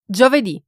Giovedì.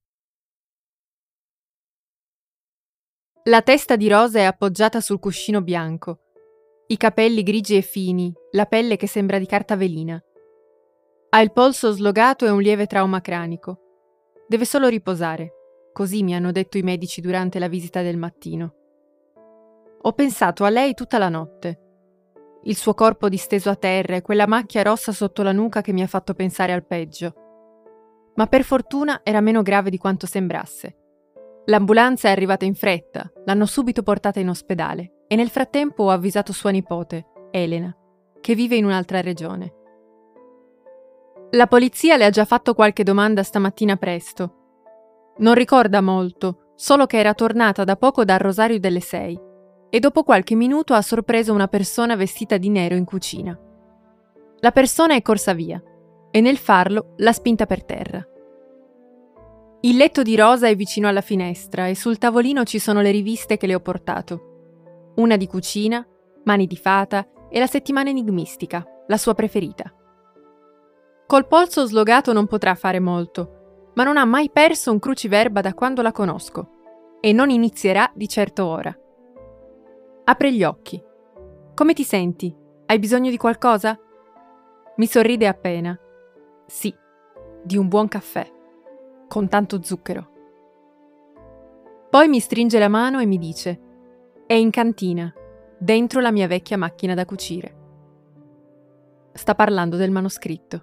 La testa di Rosa è appoggiata sul cuscino bianco, i capelli grigi e fini, la pelle che sembra di carta velina. Ha il polso slogato e un lieve trauma cranico. Deve solo riposare, così mi hanno detto i medici durante la visita del mattino. Ho pensato a lei tutta la notte. Il suo corpo disteso a terra e quella macchia rossa sotto la nuca che mi ha fatto pensare al peggio. Ma per fortuna era meno grave di quanto sembrasse. L'ambulanza è arrivata in fretta, l'hanno subito portata in ospedale e nel frattempo ho avvisato sua nipote, Elena, che vive in un'altra regione. La polizia le ha già fatto qualche domanda stamattina presto. Non ricorda molto, solo che era tornata da poco dal rosario delle 6 e dopo qualche minuto ha sorpreso una persona vestita di nero in cucina. La persona è corsa via e nel farlo l'ha spinta per terra. Il letto di Rosa è vicino alla finestra e sul tavolino ci sono le riviste che le ho portato. Una di cucina, Mani di fata e La settimana enigmistica, la sua preferita. Col polso slogato non potrà fare molto, ma non ha mai perso un cruciverba da quando la conosco e non inizierà di certo ora. Apre gli occhi. Come ti senti? Hai bisogno di qualcosa? Mi sorride appena. Sì, di un buon caffè. Con tanto zucchero. Poi mi stringe la mano e mi dice: è in cantina, dentro la mia vecchia macchina da cucire. Sta parlando del manoscritto.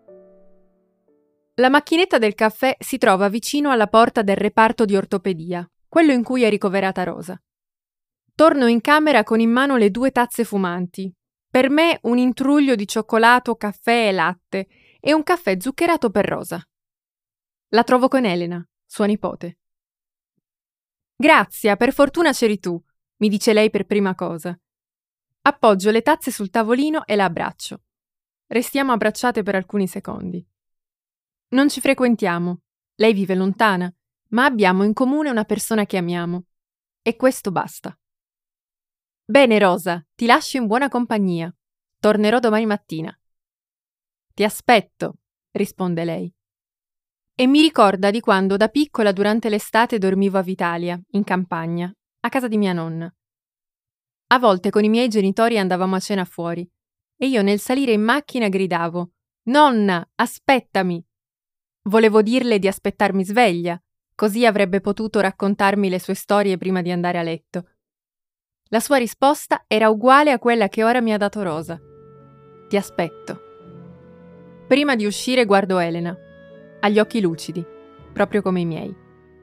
La macchinetta del caffè si trova vicino alla porta del reparto di ortopedia, quello in cui è ricoverata Rosa. Torno in camera con in mano le 2 tazze fumanti. Per me un intruglio di cioccolato, caffè e latte e un caffè zuccherato per Rosa. La trovo con Elena, sua nipote. Grazia, per fortuna c'eri tu, mi dice lei per prima cosa. Appoggio le tazze sul tavolino e la abbraccio. Restiamo abbracciate per alcuni secondi. Non ci frequentiamo, lei vive lontana, ma abbiamo in comune una persona che amiamo. E questo basta. Bene, Rosa, ti lascio in buona compagnia. Tornerò domani mattina. Ti aspetto, risponde lei. E mi ricorda di quando da piccola durante l'estate dormivo a Vitalia, in campagna, a casa di mia nonna. A volte con i miei genitori andavamo a cena fuori e io nel salire in macchina gridavo: «Nonna, aspettami!» Volevo dirle di aspettarmi sveglia, così avrebbe potuto raccontarmi le sue storie prima di andare a letto. La sua risposta era uguale a quella che ora mi ha dato Rosa. «Ti aspetto». Prima di uscire guardo Elena. Ha gli occhi lucidi, proprio come i miei.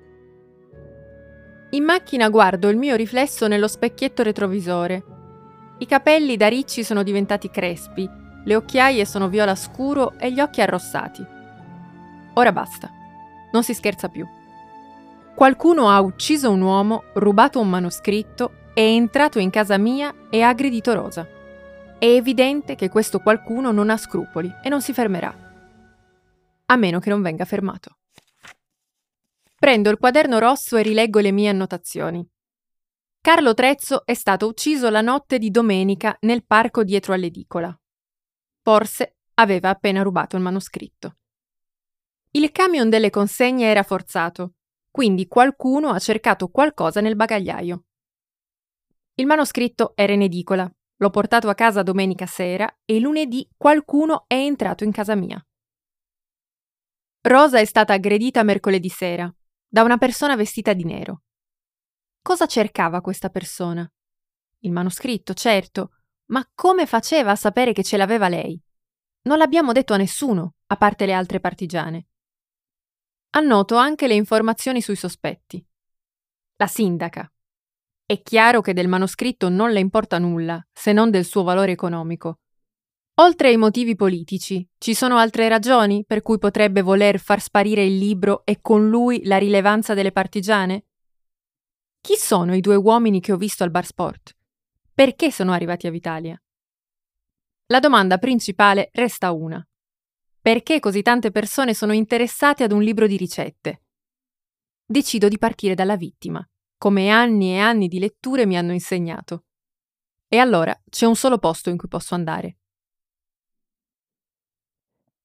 In macchina guardo il mio riflesso nello specchietto retrovisore. I capelli da ricci sono diventati crespi, le occhiaie sono viola scuro e gli occhi arrossati. Ora basta, non si scherza più. Qualcuno ha ucciso un uomo, rubato un manoscritto, è entrato in casa mia e ha aggredito Rosa. È evidente che questo qualcuno non ha scrupoli e non si fermerà. A meno che non venga fermato. Prendo il quaderno rosso e rileggo le mie annotazioni. Carlo Trezzo è stato ucciso la notte di domenica nel parco dietro all'edicola. Forse aveva appena rubato il manoscritto. Il camion delle consegne era forzato, quindi qualcuno ha cercato qualcosa nel bagagliaio. Il manoscritto era in edicola, l'ho portato a casa domenica sera e lunedì qualcuno è entrato in casa mia. Rosa è stata aggredita mercoledì sera da una persona vestita di nero. Cosa cercava questa persona? Il manoscritto, certo, ma come faceva a sapere che ce l'aveva lei? Non l'abbiamo detto a nessuno, a parte le altre partigiane. Annoto anche le informazioni sui sospetti. La sindaca. È chiaro che del manoscritto non le importa nulla, se non del suo valore economico. Oltre ai motivi politici, ci sono altre ragioni per cui potrebbe voler far sparire il libro e con lui la rilevanza delle partigiane? Chi sono i 2 uomini che ho visto al bar sport? Perché sono arrivati a Vitalia? La domanda principale resta una. Perché così tante persone sono interessate ad un libro di ricette? Decido di partire dalla vittima, come anni e anni di letture mi hanno insegnato. E allora c'è un solo posto in cui posso andare.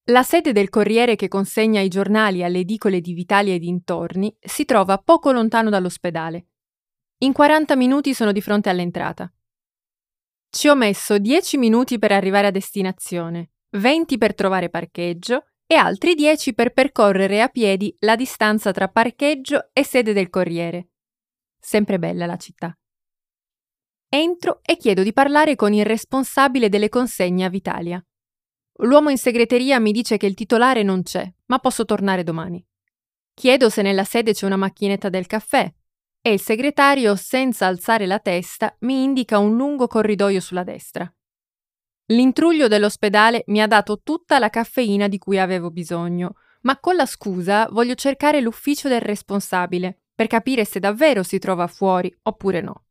La sede del Corriere che consegna i giornali alle edicole di Vitalia e dintorni si trova poco lontano dall'ospedale. In 40 minuti sono di fronte all'entrata. Ci ho messo 10 minuti per arrivare a destinazione, 20 per trovare parcheggio e altri 10 per percorrere a piedi la distanza tra parcheggio e sede del Corriere. Sempre bella la città. Entro e chiedo di parlare con il responsabile delle consegne a Vitalia. L'uomo in segreteria mi dice che il titolare non c'è, ma posso tornare domani. Chiedo se nella sede c'è una macchinetta del caffè e il segretario, senza alzare la testa, mi indica un lungo corridoio sulla destra. L'intruglio dell'ospedale mi ha dato tutta la caffeina di cui avevo bisogno, ma con la scusa voglio cercare l'ufficio del responsabile per capire se davvero si trova fuori oppure no.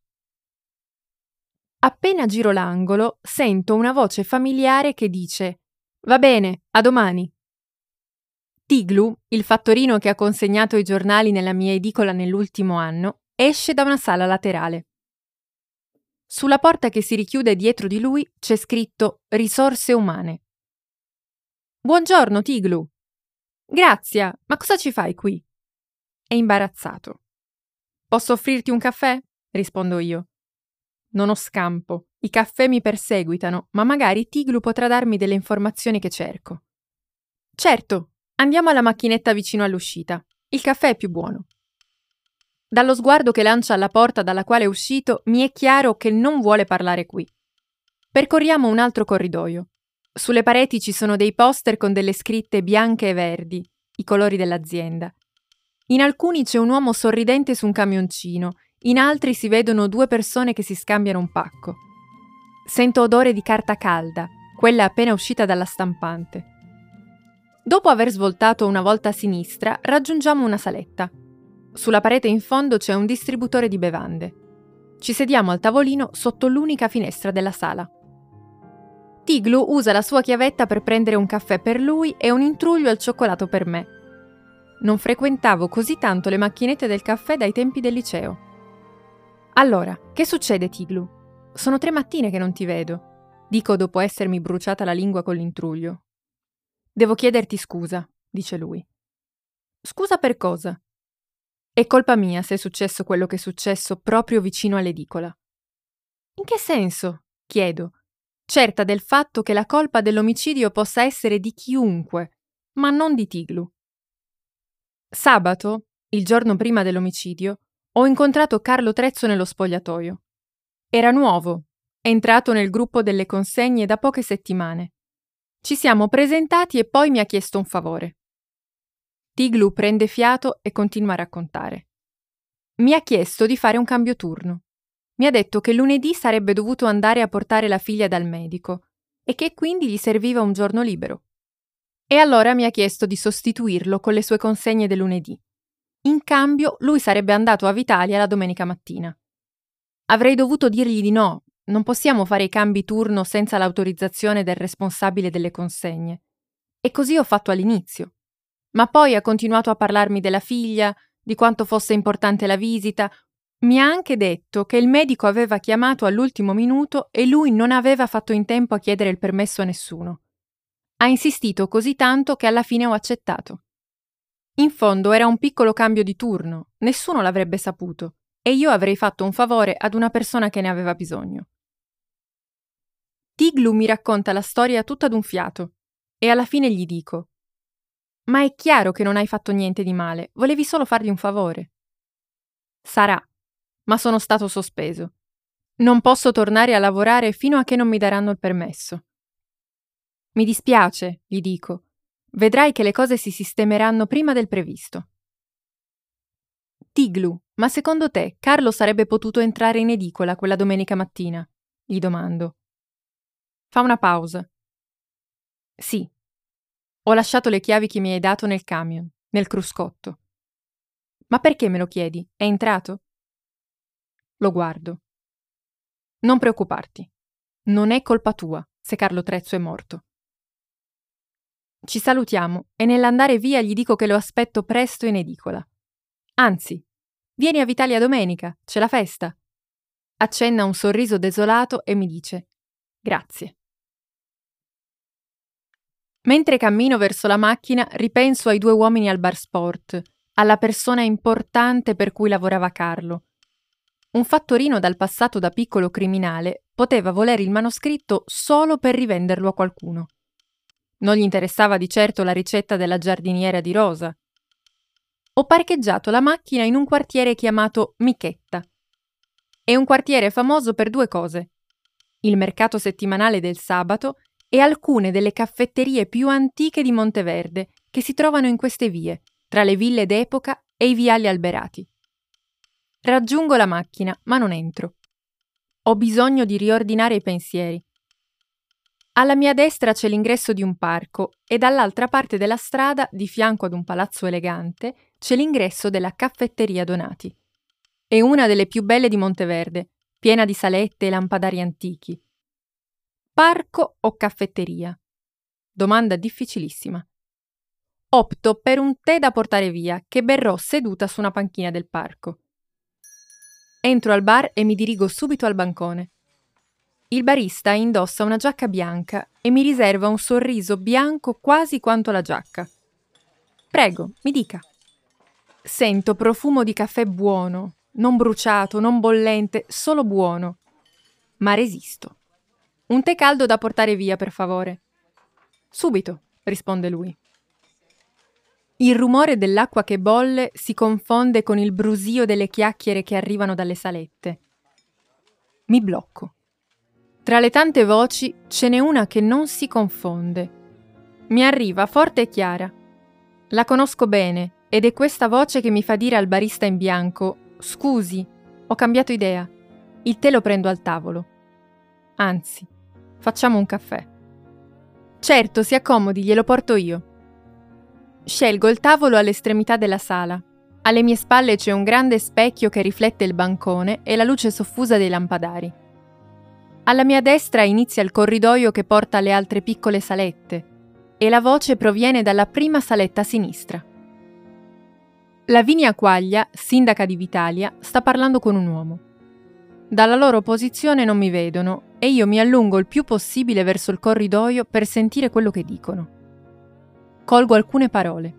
Appena giro l'angolo, sento una voce familiare che dice: «Va bene, a domani». Tiglu, il fattorino che ha consegnato i giornali nella mia edicola nell'ultimo anno, esce da una sala laterale. Sulla porta che si richiude dietro di lui c'è scritto «Risorse umane». «Buongiorno, Tiglu». «Grazie, ma cosa ci fai qui?» È imbarazzato. «Posso offrirti un caffè?» rispondo io. Non ho scampo, i caffè mi perseguitano, ma magari Tiglu potrà darmi delle informazioni che cerco. «Certo, andiamo alla macchinetta vicino all'uscita. Il caffè è più buono». Dallo sguardo che lancia alla porta dalla quale è uscito, mi è chiaro che non vuole parlare qui. Percorriamo un altro corridoio. Sulle pareti ci sono dei poster con delle scritte bianche e verdi, i colori dell'azienda. In alcuni c'è un uomo sorridente su un camioncino, in altri si vedono 2 persone che si scambiano un pacco. Sento odore di carta calda, quella appena uscita dalla stampante. Dopo aver svoltato una volta a sinistra, raggiungiamo una saletta. Sulla parete in fondo c'è un distributore di bevande. Ci sediamo al tavolino sotto l'unica finestra della sala. Tiglu usa la sua chiavetta per prendere un caffè per lui e un intruglio al cioccolato per me. Non frequentavo così tanto le macchinette del caffè dai tempi del liceo. «Allora, che succede, Tiglu? Sono 3 mattine che non ti vedo», dico dopo essermi bruciata la lingua con l'intruglio. «Devo chiederti scusa», dice lui. «Scusa per cosa?» «È colpa mia se è successo quello che è successo proprio vicino all'edicola». «In che senso?» chiedo, certa del fatto che la colpa dell'omicidio possa essere di chiunque, ma non di Tiglu. Sabato, il giorno prima dell'omicidio, ho incontrato Carlo Trezzo nello spogliatoio. Era nuovo, è entrato nel gruppo delle consegne da poche settimane. Ci siamo presentati e poi mi ha chiesto un favore. Tiglu prende fiato e continua a raccontare. Mi ha chiesto di fare un cambio turno. Mi ha detto che lunedì sarebbe dovuto andare a portare la figlia dal medico e che quindi gli serviva un giorno libero. E allora mi ha chiesto di sostituirlo con le sue consegne del lunedì. In cambio, lui sarebbe andato a Vitalia la domenica mattina. Avrei dovuto dirgli di no, non possiamo fare i cambi turno senza l'autorizzazione del responsabile delle consegne. E così ho fatto all'inizio. Ma poi ha continuato a parlarmi della figlia, di quanto fosse importante la visita. Mi ha anche detto che il medico aveva chiamato all'ultimo minuto e lui non aveva fatto in tempo a chiedere il permesso a nessuno. Ha insistito così tanto che alla fine ho accettato. In fondo era un piccolo cambio di turno, nessuno l'avrebbe saputo, e io avrei fatto un favore ad una persona che ne aveva bisogno. Tiglu mi racconta la storia tutta d'un fiato, e alla fine gli dico: «Ma è chiaro che non hai fatto niente di male, volevi solo fargli un favore». «Sarà, ma sono stato sospeso. Non posso tornare a lavorare fino a che non mi daranno il permesso». «Mi dispiace», gli dico. «Vedrai che le cose si sistemeranno prima del previsto». «Tiglu, ma secondo te Carlo sarebbe potuto entrare in edicola quella domenica mattina?» gli domando. Fa una pausa. «Sì. Ho lasciato le chiavi che mi hai dato nel camion, nel cruscotto». «Ma perché me lo chiedi? È entrato?» Lo guardo. «Non preoccuparti. Non è colpa tua se Carlo Trezzo è morto». Ci salutiamo e nell'andare via gli dico che lo aspetto presto in edicola. «Anzi, vieni a Vitalia domenica, c'è la festa». Accenna un sorriso desolato e mi dice: «Grazie». Mentre cammino verso la macchina, ripenso ai 2 uomini al bar sport, alla persona importante per cui lavorava Carlo. Un fattorino dal passato da piccolo criminale poteva volere il manoscritto solo per rivenderlo a qualcuno. Non gli interessava di certo la ricetta della giardiniera di Rosa. Ho parcheggiato la macchina in un quartiere chiamato Michetta. È un quartiere famoso per 2 cose: il mercato settimanale del sabato e alcune delle caffetterie più antiche di Monteverde che si trovano in queste vie, tra le ville d'epoca e i viali alberati. Raggiungo la macchina, ma non entro. Ho bisogno di riordinare i pensieri. Alla mia destra c'è l'ingresso di un parco e dall'altra parte della strada, di fianco ad un palazzo elegante, c'è l'ingresso della caffetteria Donati. È una delle più belle di Monteverde, piena di salette e lampadari antichi. Parco o caffetteria? Domanda difficilissima. Opto per un tè da portare via, che berrò seduta su una panchina del parco. Entro al bar e mi dirigo subito al bancone. Il barista indossa una giacca bianca e mi riserva un sorriso bianco quasi quanto la giacca. Prego, mi dica. Sento profumo di caffè buono, non bruciato, non bollente, solo buono. Ma resisto. Un tè caldo da portare via, per favore. Subito, risponde lui. Il rumore dell'acqua che bolle si confonde con il brusio delle chiacchiere che arrivano dalle salette. Mi blocco. Tra le tante voci ce n'è una che non si confonde. Mi arriva forte e chiara. La conosco bene ed è questa voce che mi fa dire al barista in bianco: «Scusi, ho cambiato idea. Il tè lo prendo al tavolo. Anzi, facciamo un caffè». «Certo, si accomodi, glielo porto io». Scelgo il tavolo all'estremità della sala. Alle mie spalle c'è un grande specchio che riflette il bancone e la luce soffusa dei lampadari. Alla mia destra inizia il corridoio che porta alle altre piccole salette e la voce proviene dalla prima saletta a sinistra. Lavinia Quaglia, sindaca di Vitalia, sta parlando con un uomo. Dalla loro posizione non mi vedono e io mi allungo il più possibile verso il corridoio per sentire quello che dicono. Colgo alcune parole.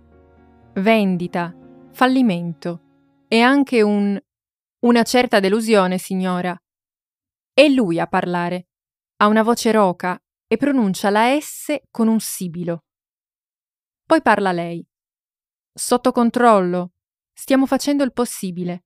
Vendita, fallimento e anche una certa delusione, signora. È lui a parlare. Ha una voce roca e pronuncia la S con un sibilo. Poi parla lei. Sotto controllo. Stiamo facendo il possibile.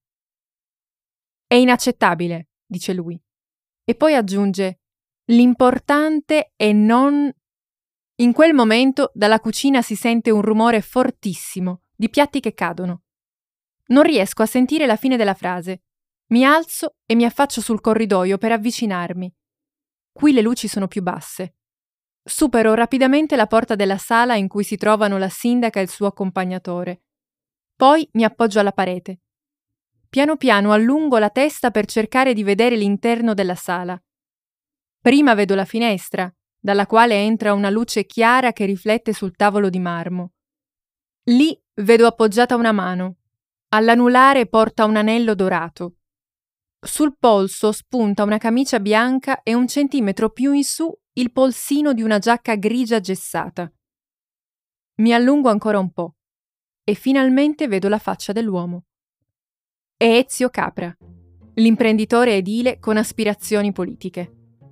È inaccettabile, dice lui. E poi aggiunge: l'importante è non... In quel momento dalla cucina si sente un rumore fortissimo di piatti che cadono. Non riesco a sentire la fine della frase. Mi alzo e mi affaccio sul corridoio per avvicinarmi. Qui le luci sono più basse. Supero rapidamente la porta della sala in cui si trovano la sindaca e il suo accompagnatore. Poi mi appoggio alla parete. Piano piano allungo la testa per cercare di vedere l'interno della sala. Prima vedo la finestra, dalla quale entra una luce chiara che riflette sul tavolo di marmo. Lì vedo appoggiata una mano. All'anulare porta un anello dorato. Sul polso spunta una camicia bianca e 1 centimetro più in su il polsino di una giacca grigia gessata. Mi allungo ancora un po' e finalmente vedo la faccia dell'uomo. È Ezio Capra, l'imprenditore edile con aspirazioni politiche.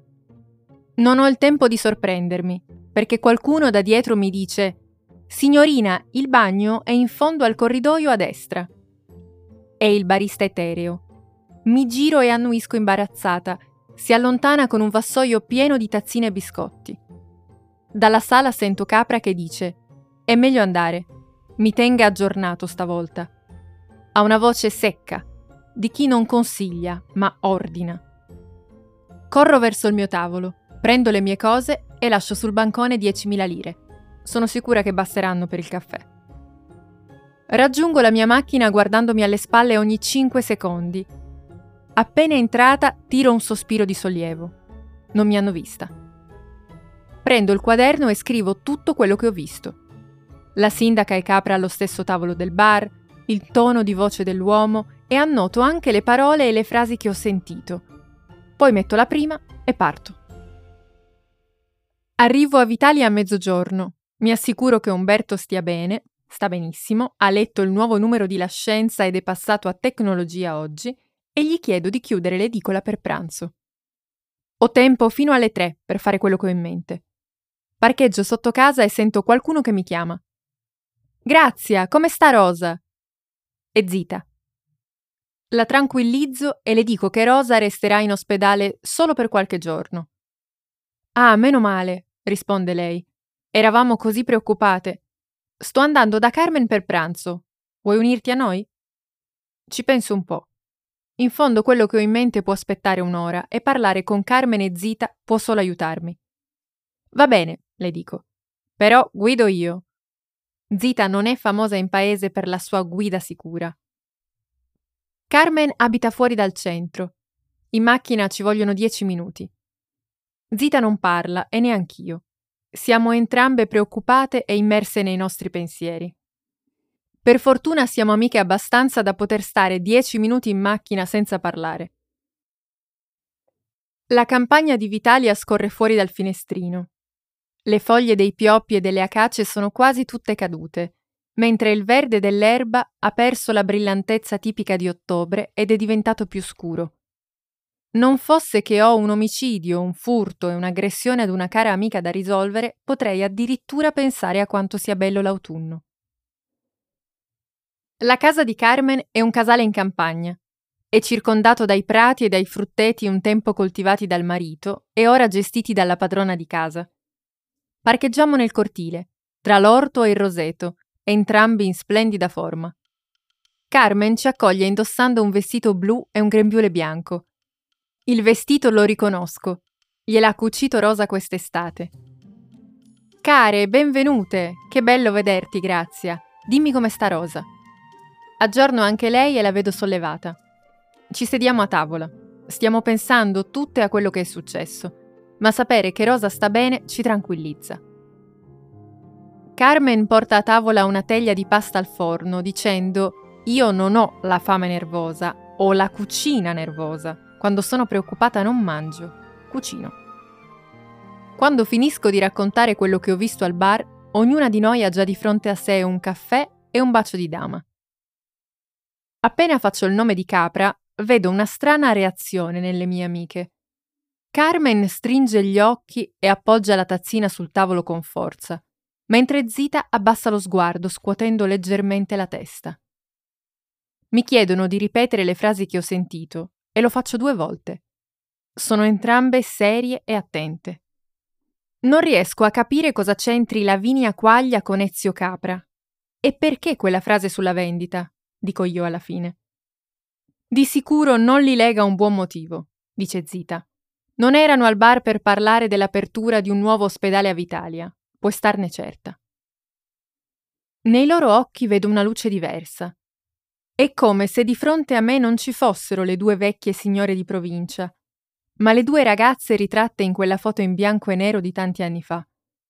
Non ho il tempo di sorprendermi, perché qualcuno da dietro mi dice: «Signorina, il bagno è in fondo al corridoio a destra». È il barista etereo. Mi giro e annuisco imbarazzata. Si allontana con un vassoio pieno di tazzine e biscotti. Dalla sala sento Capra che dice: «È meglio andare. Mi tenga aggiornato stavolta». Ha una voce secca, di chi non consiglia, ma ordina. Corro verso il mio tavolo. Prendo le mie cose e lascio sul bancone 10.000 lire. Sono sicura che basteranno per il caffè. Raggiungo la mia macchina guardandomi alle spalle ogni 5 secondi. Appena entrata tiro un sospiro di sollievo. Non mi hanno vista. Prendo il quaderno e scrivo tutto quello che ho visto. La sindaca e Capra allo stesso tavolo del bar, il tono di voce dell'uomo e annoto anche le parole e le frasi che ho sentito. Poi metto la prima e parto. Arrivo a Vitalia a mezzogiorno. Mi assicuro che Umberto stia bene, sta benissimo, ha letto il nuovo numero di La Scienza ed è passato a Tecnologia oggi e gli chiedo di chiudere l'edicola per pranzo. Ho tempo fino alle 3 per fare quello che ho in mente. Parcheggio sotto casa e sento qualcuno che mi chiama. Grazia, come sta Rosa? È Zita. La tranquillizzo e le dico che Rosa resterà in ospedale solo per qualche giorno. Ah, meno male, risponde lei. Eravamo così preoccupate. Sto andando da Carmen per pranzo. Vuoi unirti a noi? Ci penso un po'. In fondo quello che ho in mente può aspettare un'ora e parlare con Carmen e Zita può solo aiutarmi. Va bene, le dico. Però guido io. Zita non è famosa in paese per la sua guida sicura. Carmen abita fuori dal centro. In macchina ci vogliono 10 minuti. Zita non parla e neanch'io. Siamo entrambe preoccupate e immerse nei nostri pensieri. Per fortuna siamo amiche abbastanza da poter stare 10 minuti in macchina senza parlare. La campagna di Vitalia scorre fuori dal finestrino. Le foglie dei pioppi e delle acacie sono quasi tutte cadute, mentre il verde dell'erba ha perso la brillantezza tipica di ottobre ed è diventato più scuro. Non fosse che ho un omicidio, un furto e un'aggressione ad una cara amica da risolvere, potrei addirittura pensare a quanto sia bello l'autunno. La casa di Carmen è un casale in campagna. È circondato dai prati e dai frutteti un tempo coltivati dal marito e ora gestiti dalla padrona di casa. Parcheggiamo nel cortile, tra l'orto e il roseto, entrambi in splendida forma. Carmen ci accoglie indossando un vestito blu e un grembiule bianco. Il vestito lo riconosco. Gliel'ha cucito Rosa quest'estate. Care, benvenute! Che bello vederti, Grazia. Dimmi come sta Rosa. Aggiorno anche lei e la vedo sollevata. Ci sediamo a tavola. Stiamo pensando tutte a quello che è successo, ma sapere che Rosa sta bene ci tranquillizza. Carmen porta a tavola una teglia di pasta al forno dicendo: «Io non ho la fame nervosa, ho la cucina nervosa. Quando sono preoccupata non mangio, cucino». Quando finisco di raccontare quello che ho visto al bar, ognuna di noi ha già di fronte a sé un caffè e un bacio di dama. Appena faccio il nome di Capra, vedo una strana reazione nelle mie amiche. Carmen stringe gli occhi e appoggia la tazzina sul tavolo con forza, mentre Zita abbassa lo sguardo scuotendo leggermente la testa. Mi chiedono di ripetere le frasi che ho sentito e lo faccio 2 volte. Sono entrambe serie e attente. Non riesco a capire cosa c'entri Lavinia Quaglia con Ezio Capra. E perché quella frase sulla vendita? Dico io alla fine. Di sicuro non li lega un buon motivo, dice Zita. Non erano al bar per parlare dell'apertura di un nuovo ospedale a Vitalia, puoi starne certa. Nei loro occhi vedo una luce diversa. È come se di fronte a me non ci fossero le 2 vecchie signore di provincia, ma le 2 ragazze ritratte in quella foto in bianco e nero di tanti anni fa.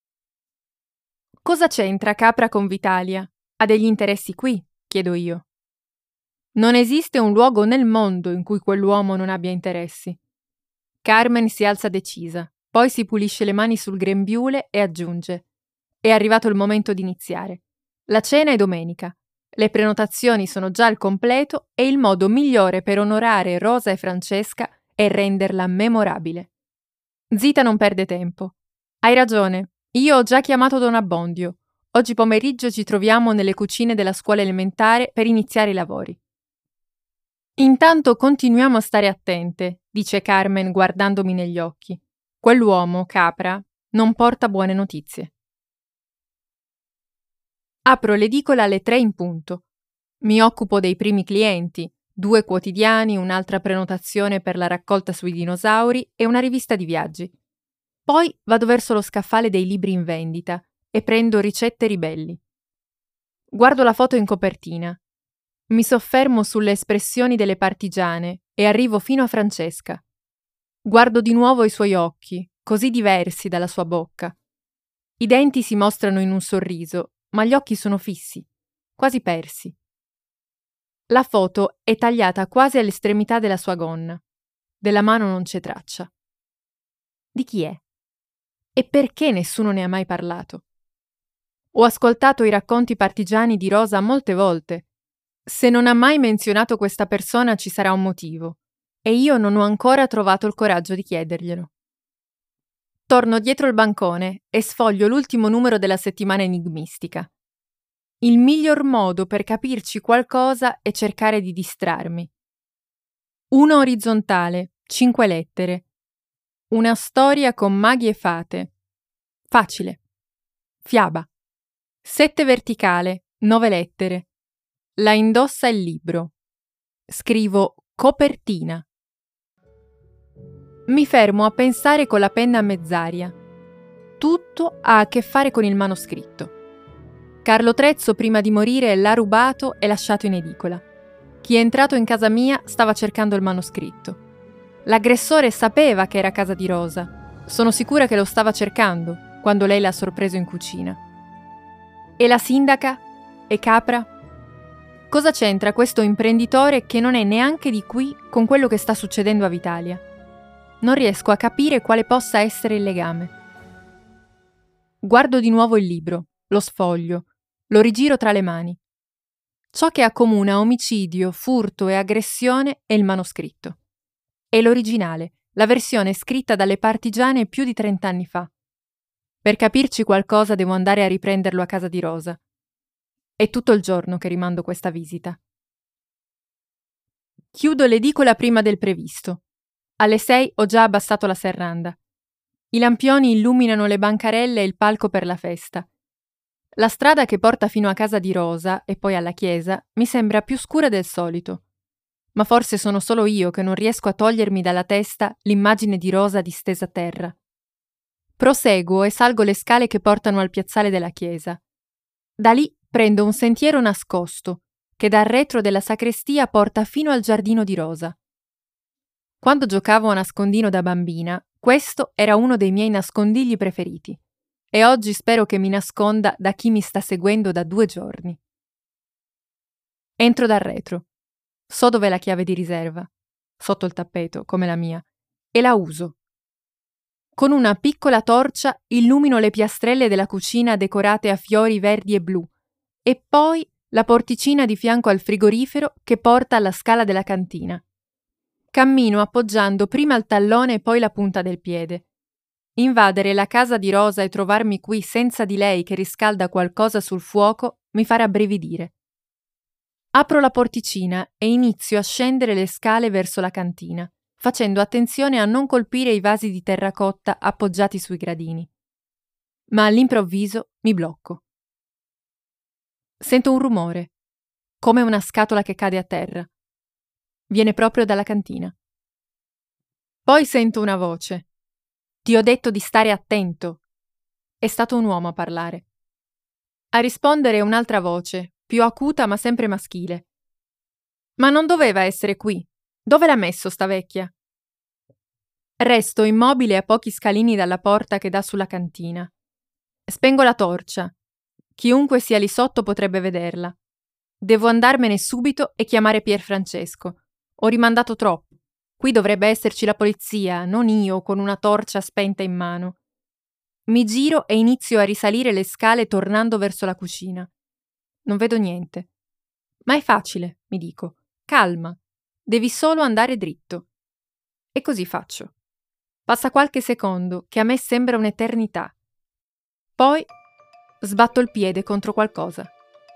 Cosa c'entra Capra con Vitalia? Ha degli interessi qui? Chiedo io. Non esiste un luogo nel mondo in cui quell'uomo non abbia interessi. Carmen si alza decisa, poi si pulisce le mani sul grembiule e aggiunge: «È arrivato il momento di iniziare. La cena è domenica. Le prenotazioni sono già al completo e il modo migliore per onorare Rosa e Francesca è renderla memorabile». Zita non perde tempo. «Hai ragione, io ho già chiamato Don Abbondio. Oggi pomeriggio ci troviamo nelle cucine della scuola elementare per iniziare i lavori». «Intanto continuiamo a stare attente», dice Carmen guardandomi negli occhi. «Quell'uomo, Capra, non porta buone notizie». Apro l'edicola alle 3 in punto. Mi occupo dei primi clienti, 2 quotidiani, un'altra prenotazione per la raccolta sui dinosauri e una rivista di viaggi. Poi vado verso lo scaffale dei libri in vendita e prendo Ricette ribelli. Guardo la foto in copertina. Mi soffermo sulle espressioni delle partigiane e arrivo fino a Francesca. Guardo di nuovo i suoi occhi, così diversi dalla sua bocca. I denti si mostrano in un sorriso, ma gli occhi sono fissi, quasi persi. La foto è tagliata quasi all'estremità della sua gonna. Della mano non c'è traccia. Di chi è? E perché nessuno ne ha mai parlato? Ho ascoltato i racconti partigiani di Rosa molte volte. Se non ha mai menzionato questa persona ci sarà un motivo, e io non ho ancora trovato il coraggio di chiederglielo. Torno dietro il bancone e sfoglio l'ultimo numero della settimana enigmistica. Il miglior modo per capirci qualcosa è cercare di distrarmi. 1 orizzontale, 5 lettere. Una storia con maghi e fate. Facile. Fiaba. 7 verticale, 9 lettere. La indossa il libro. Scrivo copertina. Mi fermo a pensare con la penna a mezz'aria. Tutto ha a che fare con il manoscritto. Carlo Trezzo prima di morire l'ha rubato e lasciato in edicola. Chi è entrato in casa mia stava cercando il manoscritto. L'aggressore sapeva che era casa di Rosa. Sono sicura che lo stava cercando quando lei l'ha sorpreso in cucina. E la sindaca? E Capra? Cosa c'entra questo imprenditore che non è neanche di qui con quello che sta succedendo a Vitalia? Non riesco a capire quale possa essere il legame. Guardo di nuovo il libro, lo sfoglio, lo rigiro tra le mani. Ciò che accomuna omicidio, furto e aggressione è il manoscritto. È l'originale, la versione scritta dalle partigiane più di 30 anni fa. Per capirci qualcosa devo andare a riprenderlo a casa di Rosa. È tutto il giorno che rimando questa visita. Chiudo l'edicola prima del previsto. Alle 6 ho già abbassato la serranda. I lampioni illuminano le bancarelle e il palco per la festa. La strada che porta fino a casa di Rosa e poi alla chiesa mi sembra più scura del solito. Ma forse sono solo io che non riesco a togliermi dalla testa l'immagine di Rosa distesa a terra. Proseguo e salgo le scale che portano al piazzale della chiesa. Da lì prendo un sentiero nascosto che dal retro della sacrestia porta fino al giardino di Rosa. Quando giocavo a nascondino da bambina, questo era uno dei miei nascondigli preferiti. E oggi spero che mi nasconda da chi mi sta seguendo da 2 giorni. Entro dal retro. So dov'è la chiave di riserva. Sotto il tappeto, come la mia. E la uso. Con una piccola torcia illumino le piastrelle della cucina decorate a fiori verdi e blu. E poi la porticina di fianco al frigorifero che porta alla scala della cantina. Cammino appoggiando prima il tallone e poi la punta del piede. Invadere la casa di Rosa e trovarmi qui senza di lei che riscalda qualcosa sul fuoco mi fa rabbrividire. Apro la porticina e inizio a scendere le scale verso la cantina, facendo attenzione a non colpire i vasi di terracotta appoggiati sui gradini. Ma all'improvviso mi blocco. Sento un rumore, come una scatola che cade a terra. Viene proprio dalla cantina. Poi sento una voce. Ti ho detto di stare attento. È stato un uomo a parlare. A rispondere un'altra voce, più acuta ma sempre maschile. Ma non doveva essere qui. Dove l'ha messo sta vecchia? Resto immobile a pochi scalini dalla porta che dà sulla cantina. Spengo la torcia. Chiunque sia lì sotto potrebbe vederla. Devo andarmene subito e chiamare Pierfrancesco. Ho rimandato troppo. Qui dovrebbe esserci la polizia, non io con una torcia spenta in mano. Mi giro e inizio a risalire le scale tornando verso la cucina. Non vedo niente. Ma è facile, mi dico. Calma. Devi solo andare dritto. E così faccio. Passa qualche secondo, che a me sembra un'eternità. Poi sbatto il piede contro qualcosa.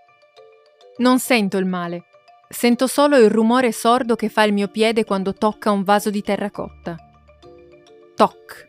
Non sento il male. Sento solo il rumore sordo che fa il mio piede quando tocca un vaso di terracotta. Toc.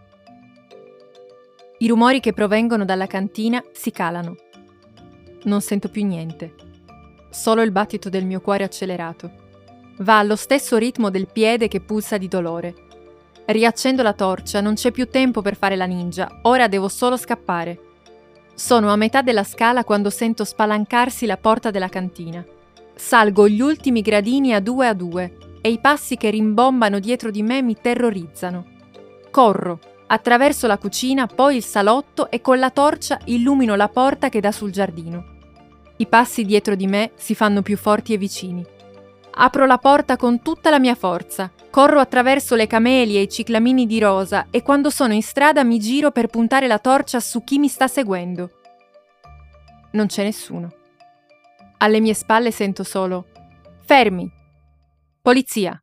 I rumori che provengono dalla cantina si calano. Non sento più niente. Solo il battito del mio cuore accelerato. Va allo stesso ritmo del piede che pulsa di dolore. Riaccendo la torcia, non c'è più tempo per fare la ninja, ora devo solo scappare. Sono a metà della scala quando sento spalancarsi la porta della cantina. Salgo gli ultimi gradini a due e i passi che rimbombano dietro di me mi terrorizzano. Corro, attraverso la cucina, poi il salotto e con la torcia illumino la porta che dà sul giardino. I passi dietro di me si fanno più forti e vicini. Apro la porta con tutta la mia forza, corro attraverso le camelie e i ciclamini di rosa e quando sono in strada mi giro per puntare la torcia su chi mi sta seguendo. Non c'è nessuno. Alle mie spalle sento solo: fermi! Polizia!